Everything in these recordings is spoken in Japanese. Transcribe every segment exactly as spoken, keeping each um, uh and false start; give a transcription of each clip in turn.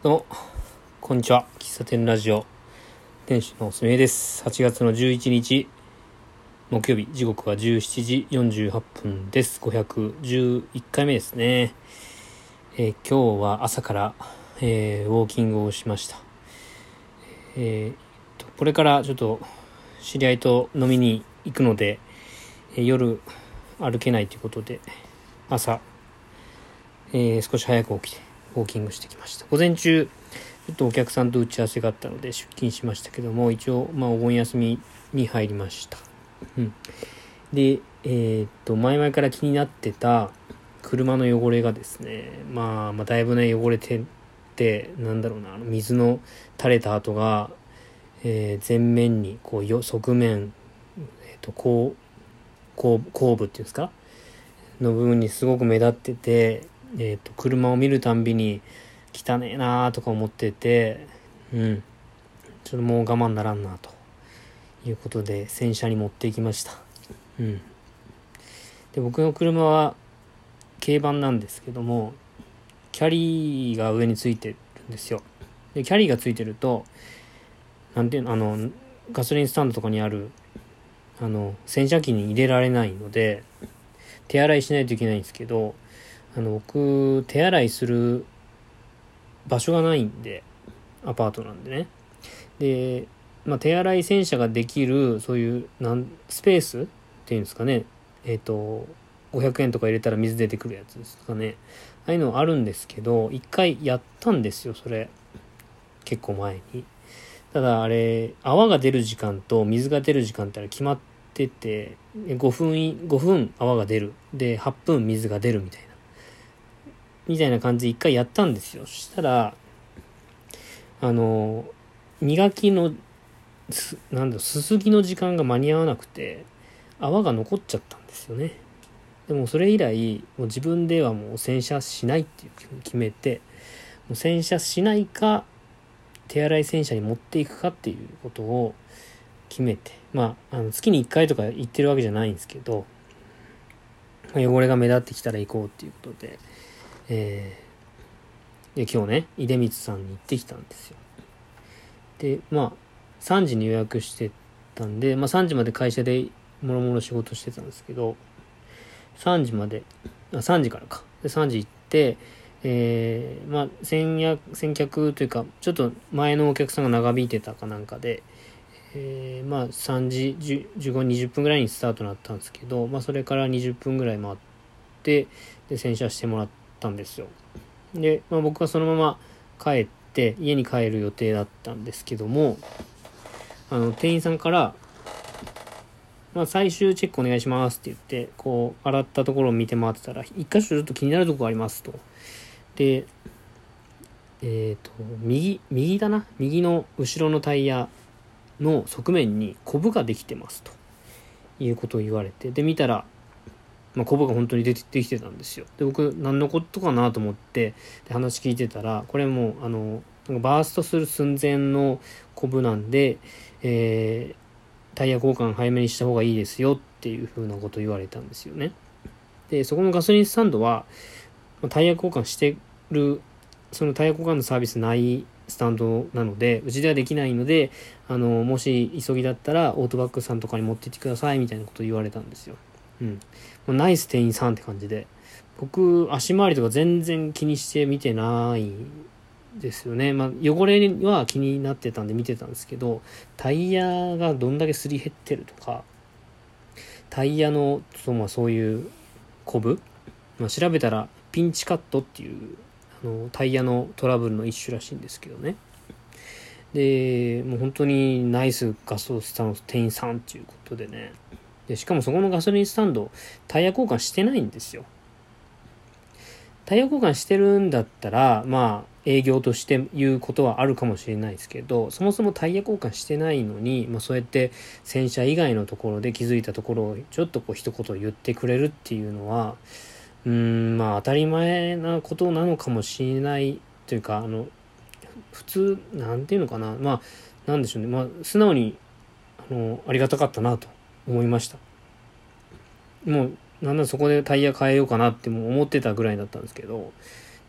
どうもこんにちは。喫茶店ラジオ店主のすみえです。はちがつのじゅういちにち木曜日、時刻はじゅうしちじよんじゅうはっぷんです。ごひゃくじゅういっかいめですね。えー、今日は朝から、えー、ウォーキングをしました。えー、とこれからちょっと知り合いと飲みに行くので、えー、夜歩けないということで朝、えー、少し早く起きてウォーキングしてきました。午前中ちょっとお客さんと打ち合わせがあったので出勤しましたけども、一応まあお盆休みに入りました。うん、で、えー、っと前々から気になってた車の汚れがですね、まあ、まあだいぶね汚れてて、なんだろうな、あの水の垂れた跡が、えー、前面にこうよ側面、えー、っと後後後部っていうんですかの部分にすごく目立ってて、えー、と車を見るたんびに汚ねえなーとか思ってて、うんちょっともう我慢ならんなということで洗車に持っていきました。うんで僕の車は軽バンなんですけども、キャリーが上についてるんですよ。でキャリーがついてるとなんていうの、あのガソリンスタンドとかにあるあの洗車機に入れられないので手洗いしないといけないんですけど、あの僕手洗いする場所がないんで、アパートなんでね。で、まあ、手洗い洗車ができるそういうなんスペースっていうんですかね、えっとごひゃくえんとか入れたら水出てくるやつですかね、ああいうのあるんですけど、一回やったんですよそれ、結構前に。ただあれ泡が出る時間と水が出る時間って決まってて、ごふんごふん泡が出るではっぷん水が出るみたいなみたいな感じで一回やったんですよ。そしたらあの磨きのすなんだすすぎの時間が間に合わなくて泡が残っちゃったんですよね。でもそれ以来もう自分ではもう洗車しないっていうふうに決めて、もう洗車しないか手洗い洗車に持っていくかっていうことを決めて、まあ、あの月にいっかいとか行ってるわけじゃないんですけど、まあ、汚れが目立ってきたら行こうっていうことで、えー、で今日ね出光さんに行ってきたんですよ。でまあさんじに予約してたんで、まあ、さんじまで会社でもろもろ仕事してたんですけど、さんじまであさんじからかでさんじ行って、えー、まあ先約先客というかちょっと前のお客さんが長引いてたかなんかで、えー、まあさんじじゅうご、にじゅっぷんぐらいにスタートになったんですけど、まあそれからにじゅっぷんぐらい待ってで洗車してもらったんですよ。で、まあ、僕はそのまま帰って家に帰る予定だったんですけども、あの店員さんから、まあ、最終チェックお願いしますって言ってこう洗ったところを見て回ってたら、一箇所ちょっと気になるところありますと。でえっ、ー、と右右だな右の後ろのタイヤの側面にコブができてますということを言われて、で見たら、まあ、コブが本当に出てできてたんですよ。で僕何のことかなと思ってで話聞いてたら、これもうあのバーストする寸前のコブなんで、えー、タイヤ交換早めにした方がいいですよっていう風なことを言われたんですよね。でそこのガソリンスタンドはタイヤ交換してる、そのタイヤ交換のサービスないスタンドなのでうちではできないので、あのもし急ぎだったらオートバックさんとかに持って行ってくださいみたいなことを言われたんですよ。うん、ナイス店員さんって感じで、僕足回りとか全然気にして見てないですよね。まあ汚れは気になってたんで見てたんですけど、タイヤがどんだけすり減ってるとか、タイヤのそう、まあ、そういうコブ、まあ、調べたらピンチカットっていうあのタイヤのトラブルの一種らしいんですけどね。でもう本当にナイスガソスタの店員さんっていうことでね。でしかもそこのガソリンスタンドタイヤ交換してないんですよ。タイヤ交換してるんだったらまあ営業として言うことはあるかもしれないですけど、そもそもタイヤ交換してないのに、まあ、そうやって洗車以外のところで気づいたところをちょっとこう一言言ってくれるっていうのは、うーんまあ当たり前なことなのかもしれないというか、あの普通なんていうのかな、まあなんでしょうね、まあ素直にあのありがたかったなと思いました。もうなんだそこでタイヤ変えようかなっても思ってたぐらいだったんですけど、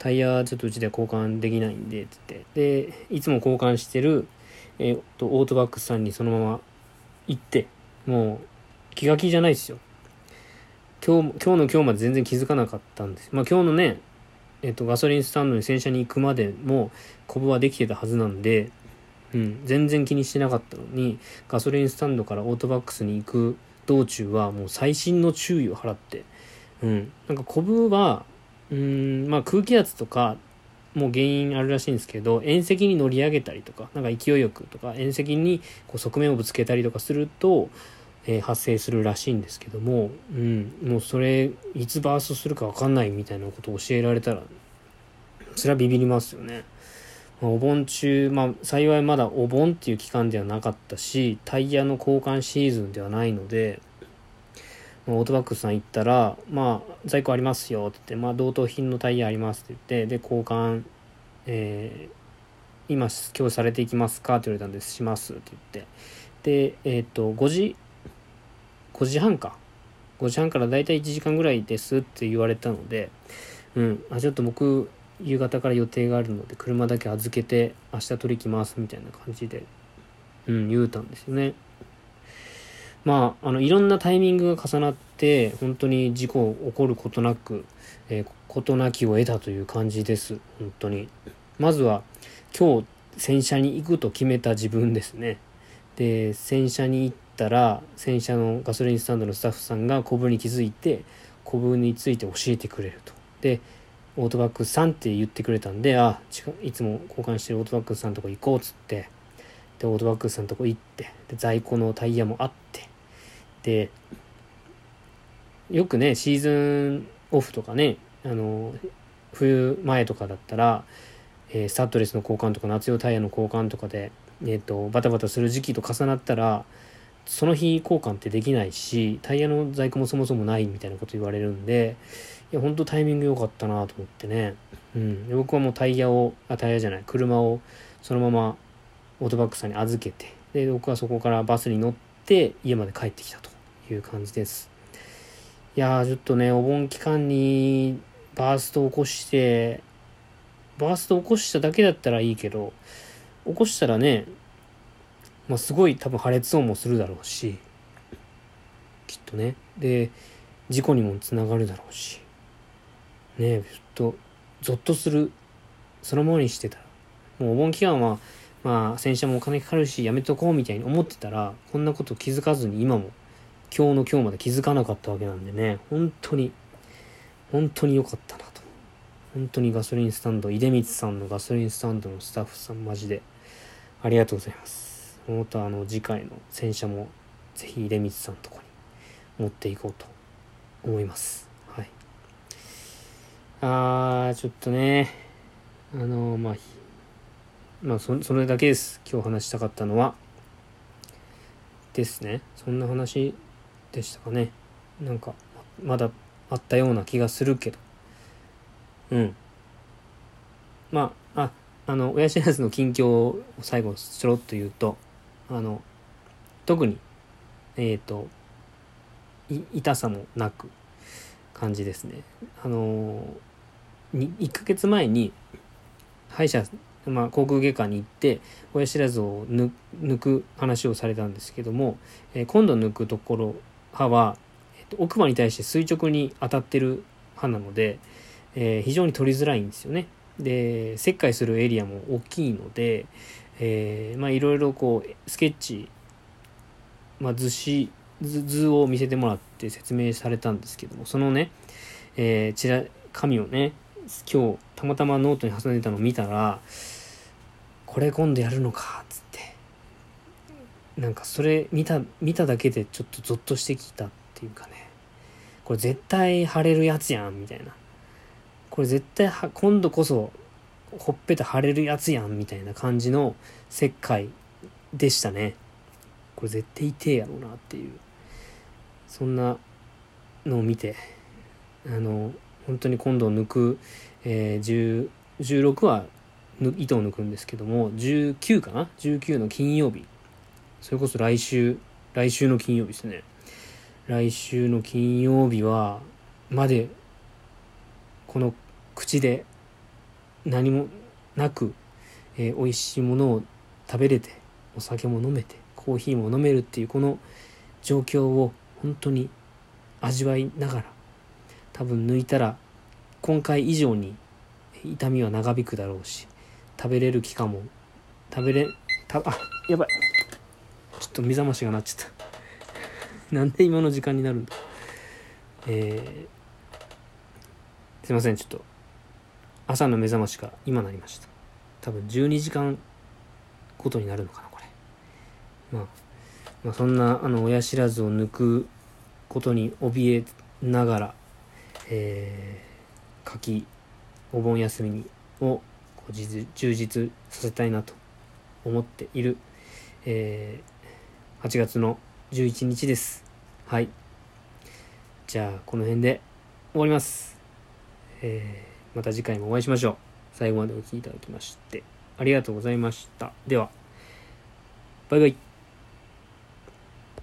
タイヤちょっとうちで交換できないんでつってでいつも交換してる、えー、とオートバックスさんにそのまま行ってもう気が気じゃないですよ。今日今日の今日まで全然気づかなかったんです。まあ今日のねえっとガソリンスタンドに洗車に行くまでもコブはできてたはずなんで、うん、全然気にしてなかったのにガソリンスタンドからオートバックスに行く道中はもう細心の注意を払って、うん、なんかコブはうーんまあ空気圧とかもう原因あるらしいんですけど、縁石に乗り上げたりとかなんか勢いよくとか縁石にこう側面をぶつけたりとかすると、えー、発生するらしいんですけども、うん、もうそれいつバーストするか分かんないみたいなことを教えられたらそれはビビりますよね。まあ、お盆中、まあ幸いまだお盆っていう期間ではなかったしタイヤの交換シーズンではないので、オートバックスさん行ったら、まあ、在庫ありますよって言って、まあ、同等品のタイヤありますって言って、で、交換、えー、今、今日されていきますかって言われたんです。しますって言って。で、えっと、ごじ、ごじはんか。ごじはんからだいたいいちじかんぐらいですって言われたので、うん、あ、ちょっと僕、夕方から予定があるので、車だけ預けて、明日取り来ますみたいな感じで、うん、言うたんですよね。まあ、あのいろんなタイミングが重なって本当に事故起こることなく、えー、事なきを得たという感じです。本当にまずは今日洗車に行くと決めた自分ですね。で洗車に行ったら洗車のガソリンスタンドのスタッフさんがコブに気づいてコブについて教えてくれると。でオートバックスさんって言ってくれたんで、あいつも交換してるオートバックスさんのとこ行こうっつってでオートバックスさんのとこ行ってで在庫のタイヤもあってでよくねシーズンオフとかねあの冬前とかだったら、えー、スタッドレスの交換とか夏用タイヤの交換とかで、えー、とバタバタする時期と重なったらその日交換ってできないしタイヤの在庫もそもそもないみたいなこと言われるんで、いや本当タイミング良かったなと思ってね、うん、で僕はもうタイヤをあタイヤじゃない車をそのままオートバックさんに預けてで僕はそこからバスに乗って家まで帰ってきたという感じです。いやーちょっとねお盆期間にバーストを起こしてバーストを起こしただけだったらいいけど起こしたらね、まあ、すごい多分破裂音もするだろうしきっとねで事故にもつながるだろうしねちょっとゾッとする。そのままにしてたらもうお盆期間はまあ洗車もお金かかるしやめとこうみたいに思ってたらこんなこと気づかずに今も今日の今日まで気づかなかったわけなんでね、本当に本当に良かったなと。本当にガソリンスタンド出光さんのガソリンスタンドのスタッフさんマジでありがとうございます。またあの次回の洗車もぜひ出光さんのとこに持っていこうと思います。はい。あーちょっとねあのまあまあ そ, それだけです。今日話したかったのはですね。そんな話でしたかね。なんかまだあったような気がするけど、うんまあああの親知らずの近況を最後ちょろっと言うと、あの特にえっ、ー、と痛さもなく感じですね。あのいっかげつまえに歯医者まあ、口腔外科に行って親知らずを抜く話をされたんですけども、えー、今度抜くところ歯は、えー、と奥歯に対して垂直に当たってる歯なので、えー、非常に取りづらいんですよね。で切開するエリアも大きいので、えー、まあいろいろこうスケッチ、まあ、図紙図図を見せてもらって説明されたんですけども、そのね、えー、ちら紙をね今日たまたまノートに挟んでたのを見たら、これ今度やるのかっつってなんかそれ見た見ただけでちょっとゾッとしてきたっていうかね、これ絶対腫れるやつやんみたいな、これ絶対は今度こそほっぺた腫れるやつやんみたいな感じの切開でしたね。これ絶対痛えやろうなっていう、そんなのを見てあの本当に今度抜く、えー、じゅう、じゅうろくは糸を抜くんですけども、じゅうきゅうかなじゅうきゅうの金曜日、それこそ来週来週の金曜日ですね。来週の金曜日はまでこの口で何もなく、えー、美味しいものを食べれて、お酒も飲めて、コーヒーも飲めるっていうこの状況を本当に味わいながら、多分抜いたら今回以上に痛みは長引くだろうし、食べれる期間も食べれたあやばいちょっと目覚ましが鳴っちゃったなんで今の時間になるんだ。えー、すいません、ちょっと朝の目覚ましが今鳴りました。多分じゅうにじかんごとになるのかなこれ。まあ、まあ、そんなあの親知らずを抜くことに怯えながら、えー、夏季お盆休みにをこう充実させたいなと思っている、えー、はちがつのじゅういちにちです。はい、じゃあこの辺で終わります。えー、また次回もお会いしましょう。最後までお聞きいただきましてありがとうございました。ではバイバイ。